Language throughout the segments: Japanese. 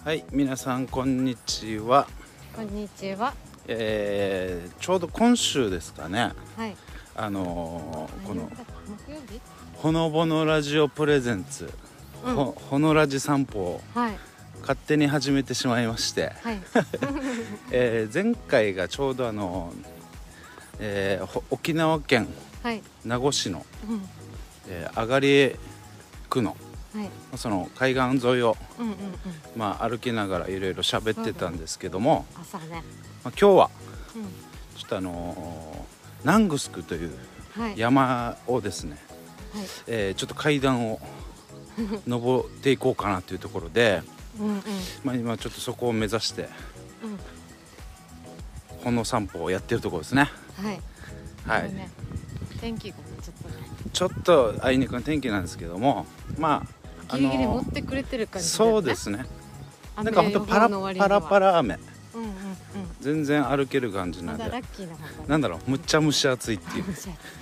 はい、皆さんこんにちは。 こんにちは。 ちょうど今週ですかね。 はい。 この木曜日？ ほのぼのラジオプレゼンツ、ほのラジ散歩を勝手に始めてしまいまして、 はい。 前回がちょうど沖縄県名護市の、あがり区のその海岸沿いを、歩きながらいろいろ喋ってたんですけども、 朝ね。 今日はちょっとナングスクという山をですね、ちょっと階段を登っていこうかなというところで、今ちょっとそこを目指して、ほの散歩をやってるところですね。はい。 天気がちょっとあいにくの天気なんですけども、 ギリギリ持ってくれてる感じだね。 そうですね。なんか本当パラパラ雨。全然歩ける感じなんで、なんだろう、むっちゃ蒸し暑いっていう。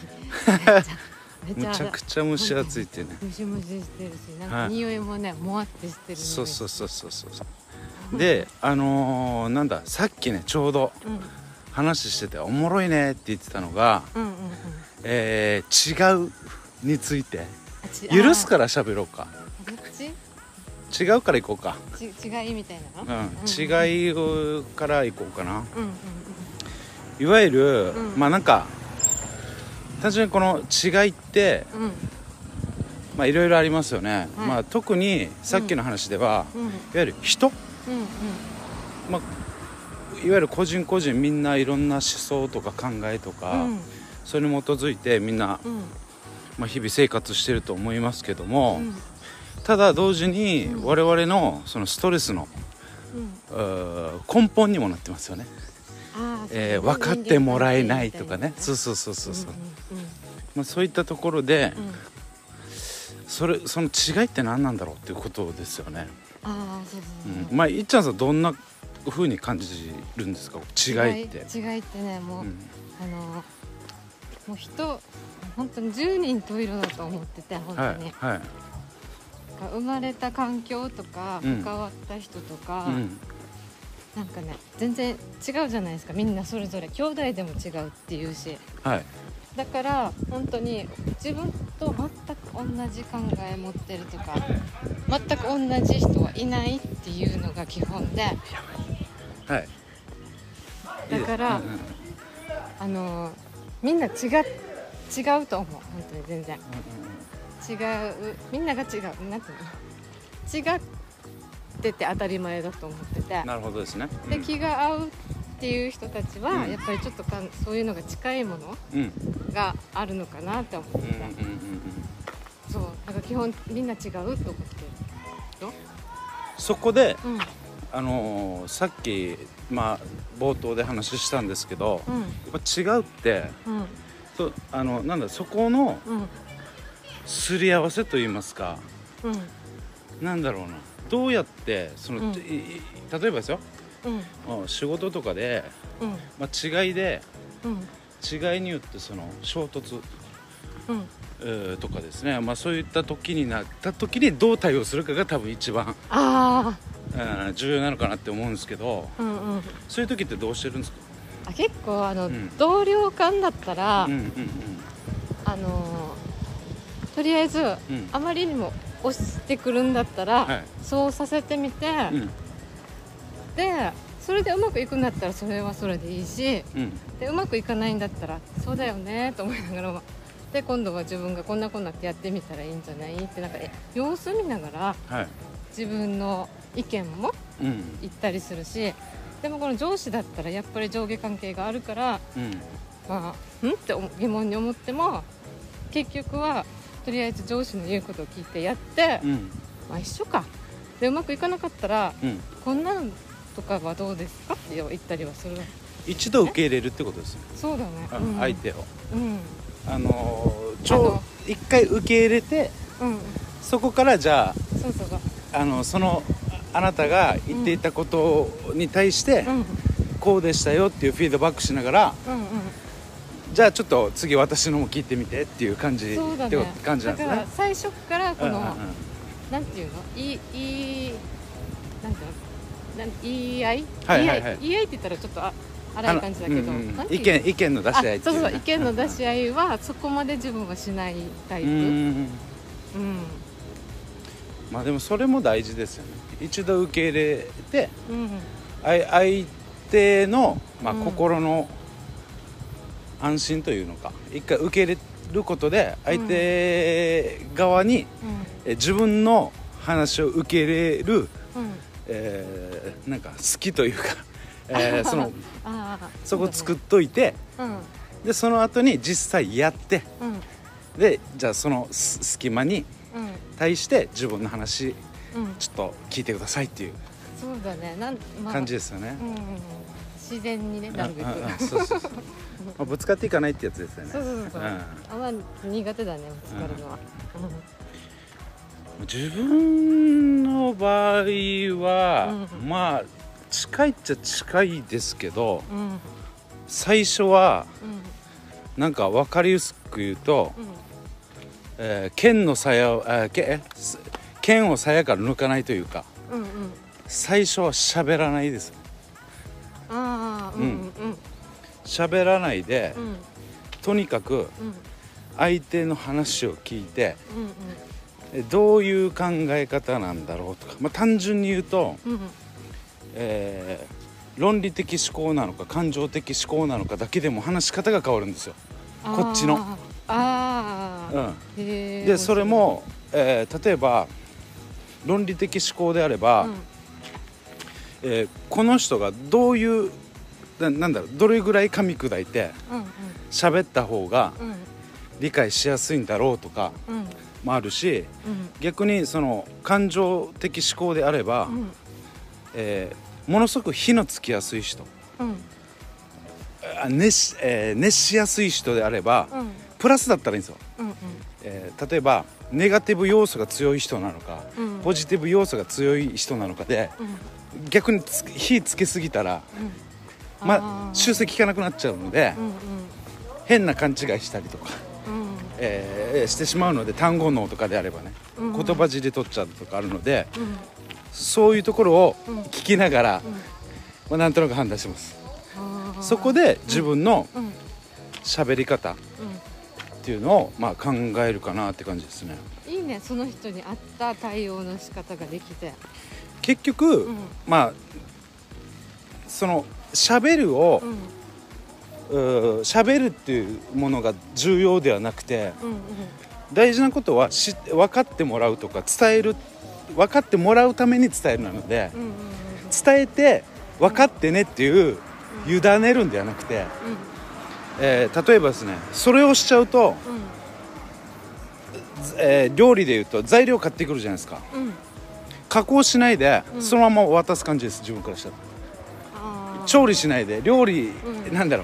むちゃくちゃ蒸し暑いっていうね。 ムシムシしてるし、なんか匂いもね、もわってしてる。 そう。で、なんだ、さっきねちょうど話してておもろいねって言ってたのが、違うについて。許すから喋ろうか。違うから行こうか。 違いみたいなの？ 違いから行こうかな。いわゆる、なんか単純にこの違いって、いろいろありますよね。特にさっきの話では、いわゆる人、いわゆる個人個人みんないろんな思想とか考えとか、それに基づいてみんな、日々生活してると思いますけども、ただ同時に我々のそのストレスの、根本にもなってますよね。分かってもらえないとかね。そう、そういったところで、その違いって何なんだろうっていうことですよね。いっちゃんさんどんな風に感じるんですか、違いって。 違いってね、もう人本当に十人十色だと思ってて、本当に。生まれた環境とか関わった人とか、なんかね全然違うじゃないですか。みんなそれぞれ兄弟でも違うっていうし、だから本当に自分と全く同じ考え持ってるとか全く同じ人はいないっていうのが基本で、だからみんな違うと思う。本当に全然違う、みんなが違う、なんていうの、違ってて当たり前だと思ってて。 なるほどですね。 で、気が合うっていう人たちはやっぱりちょっとそういうのが近いものがあるのかなって思ってて、そうだから基本みんな違うと思ってるよ。 そこで、さっき冒頭で話したんですけど、やっぱ違うって、なんだ、そこのすり合わせと言いますか、なんだろうな、どうやってその、例えばですよ、仕事とかで、違いで、違いによってその衝突、とかですね、そういった時になった時にどう対応するかが多分一番重要なのかなって思うんですけど、そういう時ってどうしてるんですか？ 結構同僚間だったら、とりあえず、あまりにも押してくるんだったら、そうさせてみて、でそれでうまくいくんだったらそれはそれでいいし、でうまくいかないんだったらそうだよねと思いながら、で今度は自分がこんなってやってみたらいいんじゃないって、なんか様子見ながら、自分の意見も言ったりするし、でもこの上司だったらやっぱり上下関係があるから、って疑問に思っても結局はとりあえず上司の言うことを聞いてやって、一緒かでうまくいかなかったら、こんなのとかはどうですかって言ったりはする。 一度受け入れるってことですよ。 そうだね、 相手を、一回受け入れて、そこからじゃあ、そのあなたが言っていたことに対して、こうでしたよっていうフィードバックしながら、じゃあちょっと次私のも聞いてみてっていう感じ、って感じなんですね。 だから最初からこの、なんていうの、なんていうの、 言い合い、 はいはいはい、 言い合いって言ったらちょっと荒い感じだけど、 意見の出し合いっていう、 そうそう、意見の出し合いはそこまで自分はしないタイプ。 まあでもそれも大事ですよね。一度受け入れて、相手の、まあ、心の安心というのか、一回受け入れることで相手側に、自分の話を受け入れる、なんか好きというかそこ作っといて、でその後に実際やって、でじゃあその隙間に対して自分の話、ちょっと聞いてくださいっていうそうだね、 感じですよね。 自然にね、なるべくぶつかっていかないってやつですよね。 あんま苦手だね、ぶつかるのは。 自分の場合は、まあ近いっちゃ近いですけど、最初は、なんか分かりやすく言うと、剣を鞘から抜かないというか、最初は喋らないです。喋らないで、とにかく相手の話を聞いて、どういう考え方なんだろうとか、まあ、単純に言うと、論理的思考なのか感情的思考なのかだけでも話し方が変わるんですよ、こっちの。でそれも、例えば論理的思考であれば、この人がどういうなんだろう、どれぐらい噛み砕いて喋った方が理解しやすいんだろうとかもあるし、逆にその感情的思考であれば、ものすごく火のつきやすい人、熱しやすい人であれば、プラスだったらいいんですよ。例えばネガティブ要素が強い人なのか、ポジティブ要素が強い人なのかで、逆に火つけすぎたら、修正効かなくなっちゃうので、変な勘違いしたりとか、してしまうので、単語脳とかであればね、言葉尻取っちゃうとかあるので、そういうところを聞きながら、なんとなく判断します。そこで自分の喋り方っていうのを、考えるかなって感じですね。 いいね、その人に合った対応の仕方ができて。 結局、その喋るっていうものが重要ではなくて、大事なことは分かってもらうとか伝える、分かってもらうために伝えるなので、伝えて分かってねっていう委ねるんではなくて、例えばですね、それをしちゃうと、料理でいうと材料買ってくるじゃないですか、加工しないでそのまま渡す感じです。自分からしたら調理しないで料理、なんだろう、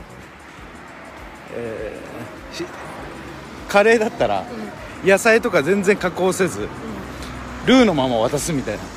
カレーだったら、野菜とか全然加工せず、ルーのまま渡すみたいな、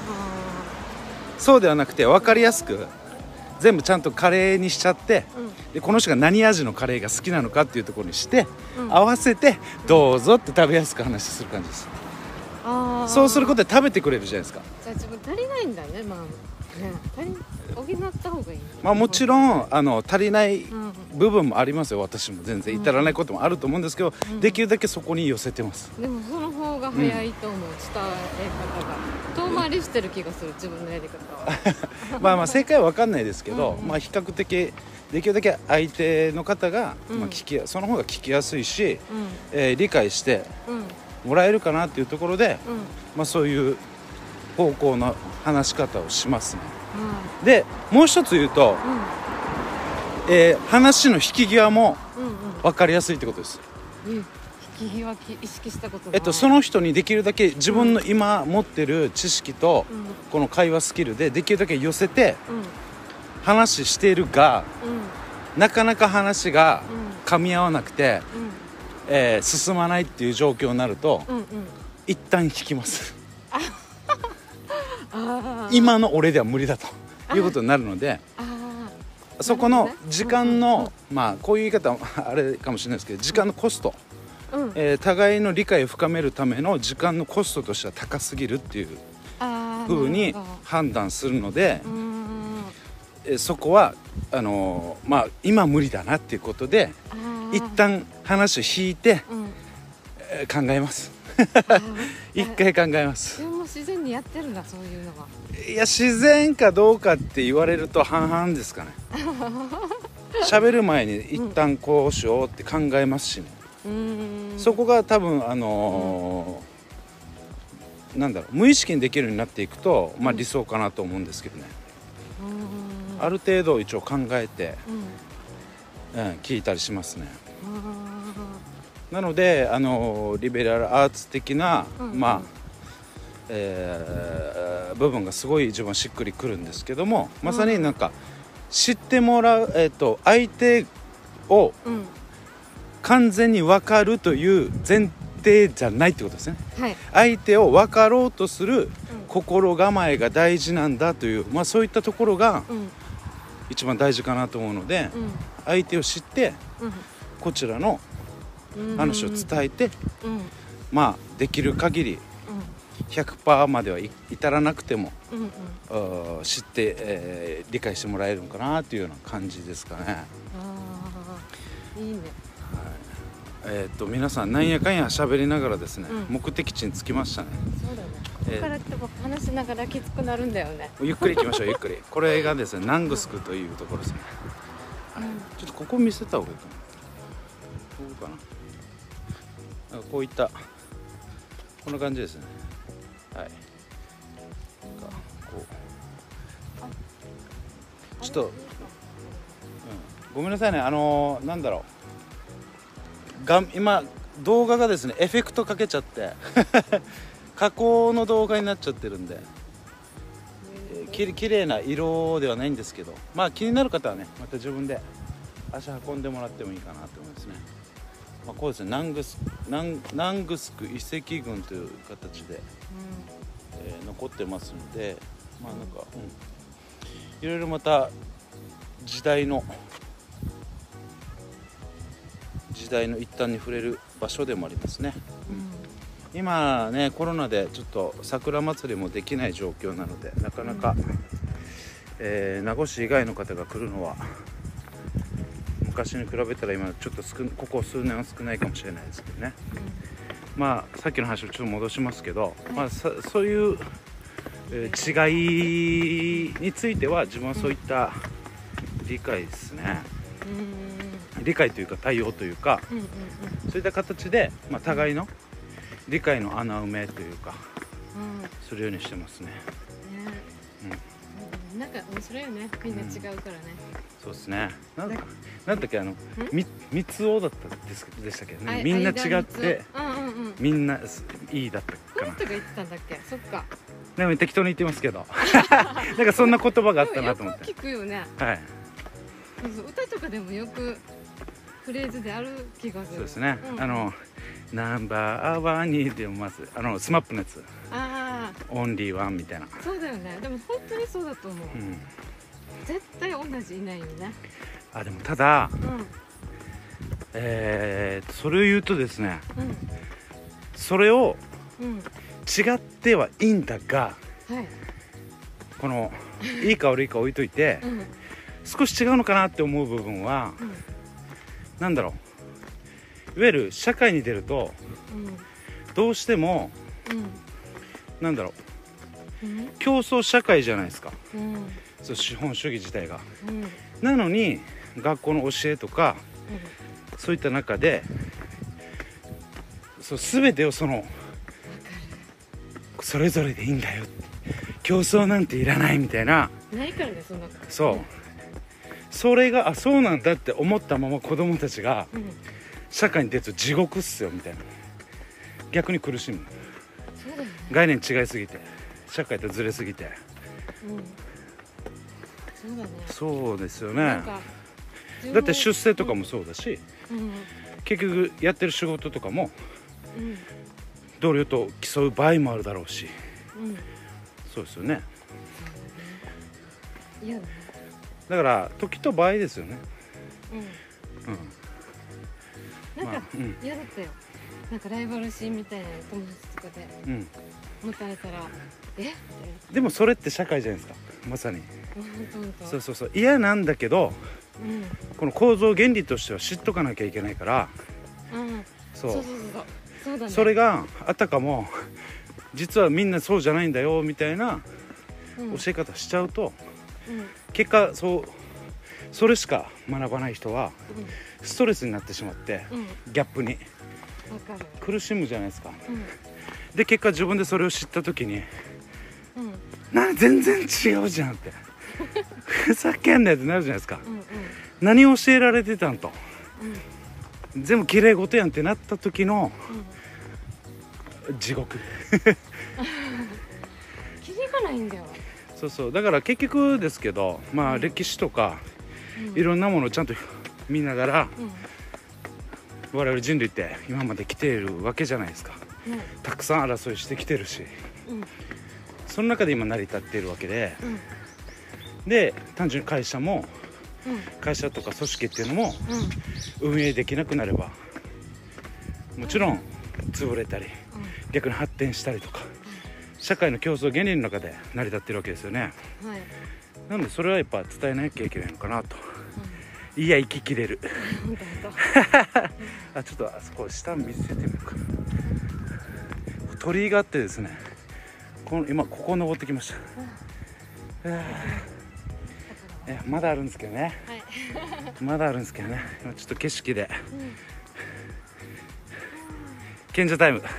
そうではなくて分かりやすく全部ちゃんとカレーにしちゃって、でこの人が何味のカレーが好きなのかっていうところにして、合わせてどうぞって食べやすく話する感じです。そうすることで食べてくれるじゃないですか。 じゃあ自分足りないんだね、補った方がいい。 もちろん足りない部分もありますよ。私も全然至らないこともあると思うんですけど、できるだけそこに寄せてます。 でもその方が早いと思う、伝わり方が遠回りしてる気がする、自分のやり方は。 正解は分かんないですけど、比較的できるだけ相手の方が、その方が聞きやすいし、理解してもらえるかなっていうところで、そういう方向の話し方をしますね。でもう一つ言うと、話の引き際も分かりやすいってことです。 引き際意識したことない。 その人にできるだけ自分の今持ってる知識と、この会話スキルでできるだけ寄せて話しているが、なかなか話が噛み合わなくて、進まないっていう状況になると、一旦引きます今の俺では無理だということになるので、そこの時間の、こういう言い方はあれかもしれないですけど、時間のコスト、互いの理解を深めるための時間のコストとしては高すぎるっていう風に判断するので、そこはまあ今無理だなっていうことで一旦話を引いて、考えます一回考えます。 でも自然にやってるんだ、そういうのは。 いや、自然かどうかって言われると半々ですかね喋る前に一旦こうしようって考えますしね。そこが多分なんだろう、無意識にできるようになっていくと、まあ、理想かなと思うんですけどね。ある程度一応考えて、聞いたりしますね。なのでリベラルアーツ的な、まあ部分がすごい自分はしっくりくるんですけども、まさになんか知ってもらう、相手を完全に分かるという前提じゃないってことですね、はい、相手を分かろうとする心構えが大事なんだという、まあ、そういったところが一番大事かなと思うので、相手を知って、こちらの話を伝えて、まあできる限り100% までは至らなくても、知って、理解してもらえるのかなというような感じですかね。 いいね。 皆さんなんやかんや喋りながらですね、目的地に着きましたね。 そうだね。ここからって話しながらきつくなるんだよね。 ゆっくり行きましょうゆっくり。これがですねナングスクというところですね、ちょっとここ見せた方がいいかな。どうかな。なんかこういったこんな感じですね。はい。こうちょっと、ごめんなさいね。なんだろう。今動画がですねエフェクトかけちゃって加工の動画になっちゃってるんで、きれいな色ではないんですけど、まあ気になる方はねまた自分で足運んでもらってもいいかなと思いますね。まあ、こうですねナングスク遺跡群という形で、残ってますので、まあなんか、いろいろまた時代の一端に触れる場所でもありますね、今ねコロナでちょっと桜祭りもできない状況なので、なかなか、名護市以外の方が来るのは昔に比べたら今ちょっとここ数年は少ないかもしれないですけどね、まあさっきの話をちょっと戻しますけど、まあ、そういう、違いについては自分はそういった理解ですね、理解というか対応というか、そういった形で、まあ、互いの理解の穴埋めというか、するようにしてますね。 なんか面白いよね、みんな違うからね。 そうですね。なんだっけ三つおだったでしたっけね。みんな違って、みんないいだったかな。 この人が言ってたんだっけ。そっか。 でも適当に言ってますけど、なんかそんな言葉があったなと思って。 よく聞くよね。 はい。 歌とかでもよくフレーズである気がする。 そうですね。ナンバーワンにでもまずスマップのやつ。オンリーワンみたいな。 そうだよね。でも本当にそうだと思う。絶対同じいないよね。 でもただ、それを言うとですね、それを違ってはいいんだが、このいいか悪いか置いといて、少し違うのかなって思う部分は、なんだろう、いわゆる社会に出ると、どうしても、なんだろう、競争社会じゃないですか、そう資本主義自体が、なのに学校の教えとか、そういった中で全てをそれぞれでいいんだよ、競争なんていらないみたいな、 ないからね、そんな。 それがそうなんだって思ったまま子供たちが社会に出ると地獄っすよみたいな、逆に苦しむ。 そうだよね、 概念違いすぎて、社会とずれすぎて、 そうだね。 そうですよね。だって出世とかもそうだし、結局やってる仕事とかも、同僚と競う場合もあるだろうし、そうですよね。 嫌だね。 だから時と場合ですよね。 なんか嫌だったよ。 なんかライバル心みたいな友達とかで持たれたらでもそれって社会じゃないですか、まさに。 そうそう嫌なんだけど、この構造原理としては知っとかなきゃいけないから、そうだね、それがあたかも実はみんなそうじゃないんだよみたいな教え方しちゃうと、結果それしか学ばない人はストレスになってしまって、ギャップに苦しむじゃないですか。で結果自分でそれを知った時に、全然違うじゃんってふざけんなよってなるじゃないですか。何を教えられてたんと、全部綺麗事やんってなった時の、地獄気にがないんだよ。 そうだから結局ですけど、歴史とか、いろんなものをちゃんと見ながら、我々人類って今まで来ているわけじゃないですか。たくさん争いしてきてるし、その中で今成り立っているわけで、で単純に会社も、会社とか組織っていうのも、運営できなくなればもちろん潰れたり、逆に発展したりとか、社会の競争原理の中で成り立ってるわけですよね。なのでそれはやっぱ伝えなきゃいけないのかなと。いや息切れるちょっとあそこ下見せてみようか。鳥居があってですね、今ここ登ってきました。まだあるんですけどね、まだあるんですけどね、今ちょっと景色で、賢者タイム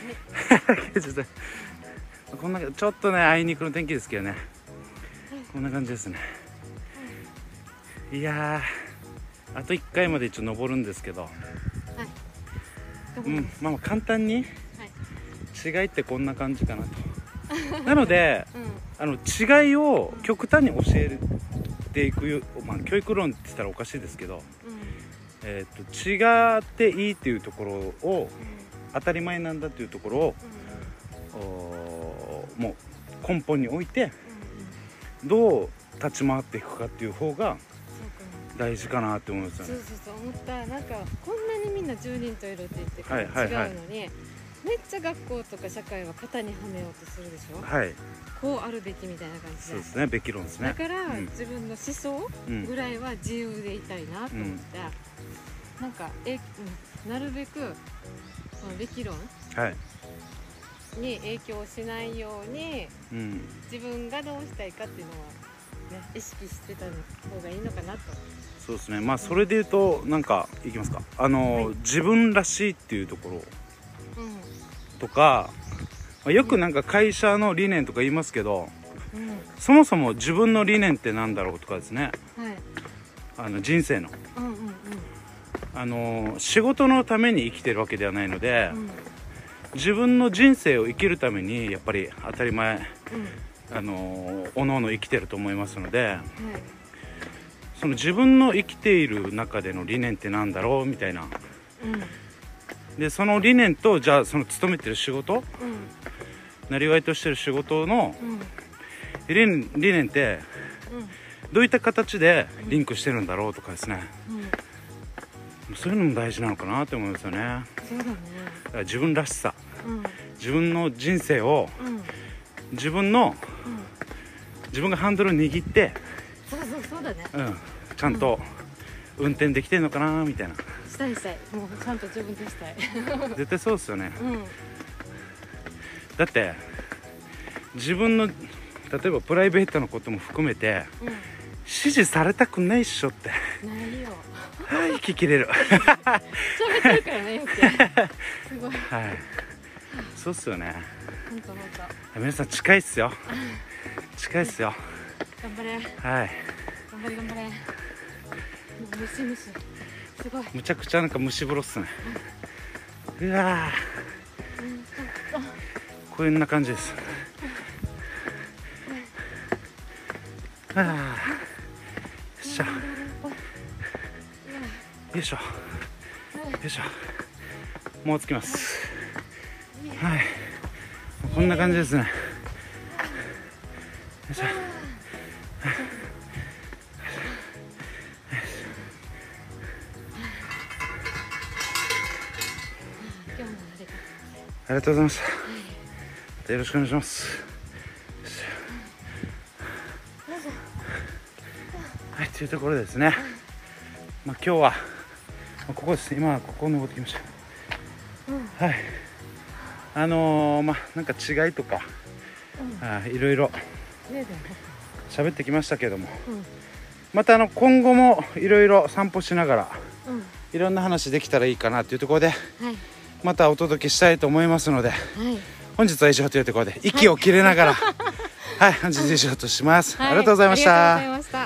こんなちょっとねあいにくの天気ですけどね、こんな感じですね。いやー、あと1回まで一応登るんですけど、簡単に違いってこんな感じかなとなので、違いを極端に教えていく、教育論って言ったらおかしいですけど、違っていいっていうところを、当たり前なんだっていうところを、もう根本に置いて、どう立ち回っていくかっていう方が大事かなって思いますよね。 そう思った。なんかこんなにみんな10人といるって言ってから違うのに、めっちゃ学校とか社会は型にはめようとするでしょ。こうあるべきみたいな感じで。 そうですね、べき論ですね。 だから、自分の思想ぐらいは自由でいたいなと思って、なんかなるべくべき論に影響しないように、自分がどうしたいかっていうのを意識してた方がいいのかなと。 そうですね。それで言うと、なんかいきますか、自分らしいっていうところとか、よくなんか会社の理念とか言いますけど、そもそも自分の理念ってなんだろうとかですね、人生の、仕事のために生きてるわけではないので、自分の人生を生きるためにやっぱり当たり前、おのおの生きてると思いますので、その自分の生きている中での理念ってなんだろうみたいな、でその理念と、じゃあその勤めてる仕事、なりわいとしてる仕事の、理念って、どういった形でリンクしてるんだろうとかですね、そういうのも大事なのかなって思いますよね。 そうだね。 だから自分らしさ、自分の人生を、自分がハンドル握って、 そうだね、 ちゃんと運転できてるのかなみたいな。 したい、もうちゃんと自分でしたい絶対そうですよね。だって自分の例えばプライベートのことも含めて、指示されたくないっしょって。 ないよ息切れる喋ってるからね、よくすごい。 そうっすよね。 本当。 皆さん近いっすよ。近いっすよ。 頑張れ。頑張れ。虫すごい。 むちゃくちゃなんか蒸し風呂っすね。うわこんな感じです。よっしゃ。よいしょ。もう着きます。こんな感じですね。よいしょ。 今日もりがとうございました。またよろしくお願いします。はい、というところですね。今日はここですね。今ここ登ってきました。はい。なんか違いとか、いろいろ喋ってきましたけども、また今後もいろいろ散歩しながら、いろんな話できたらいいかなというところで、またお届けしたいと思いますので、本日は以上というところで息を切れながら、本日以上とします。ありがとうございました。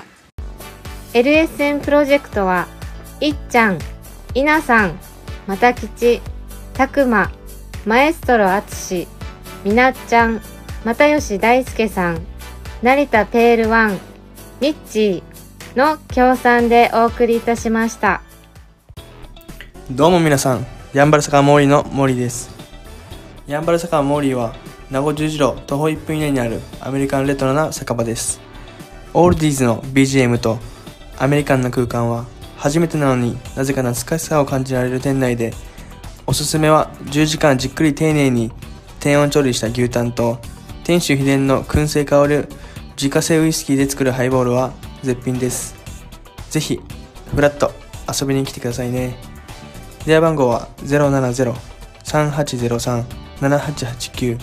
LSN プロジェクトはいっちゃん、いなさん、またきち、たくま、マエストロあつし、みなっちゃん、又吉大輔さん、成田ペールワン、ミッチーの協賛でお送りいたしました。 どうも皆さん、やんばる坂モーリーのモーリーです。やんばる坂モーリーは名護十字路徒歩1分以内にあるアメリカンレトロな酒場です。オールディーズの BGM とアメリカンな空間は初めてなのになぜか懐かしさを感じられる店内で、おすすめは10時間じっくり丁寧に低温調理した牛タンと店主秘伝の燻製香る自家製ウイスキーで作るハイボールは絶品です。ぜひフラッと遊びに来てくださいね。電話番号は 070-3803-7889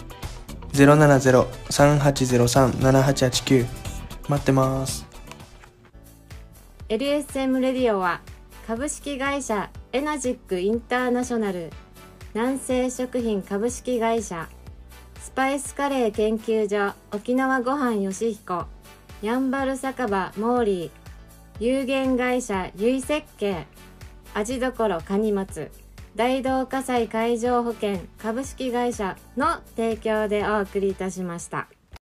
070-3803-7889 待ってます。 LSM レディオは株式会社エナジックインターナショナル、南西食品株式会社、スパイスカレー研究所沖縄ごはんよしひこ、やんばる酒場モーリー、有限会社ゆい設計、味どころかにまつ、大同火災海上保険株式会社の提供でお送りいたしました。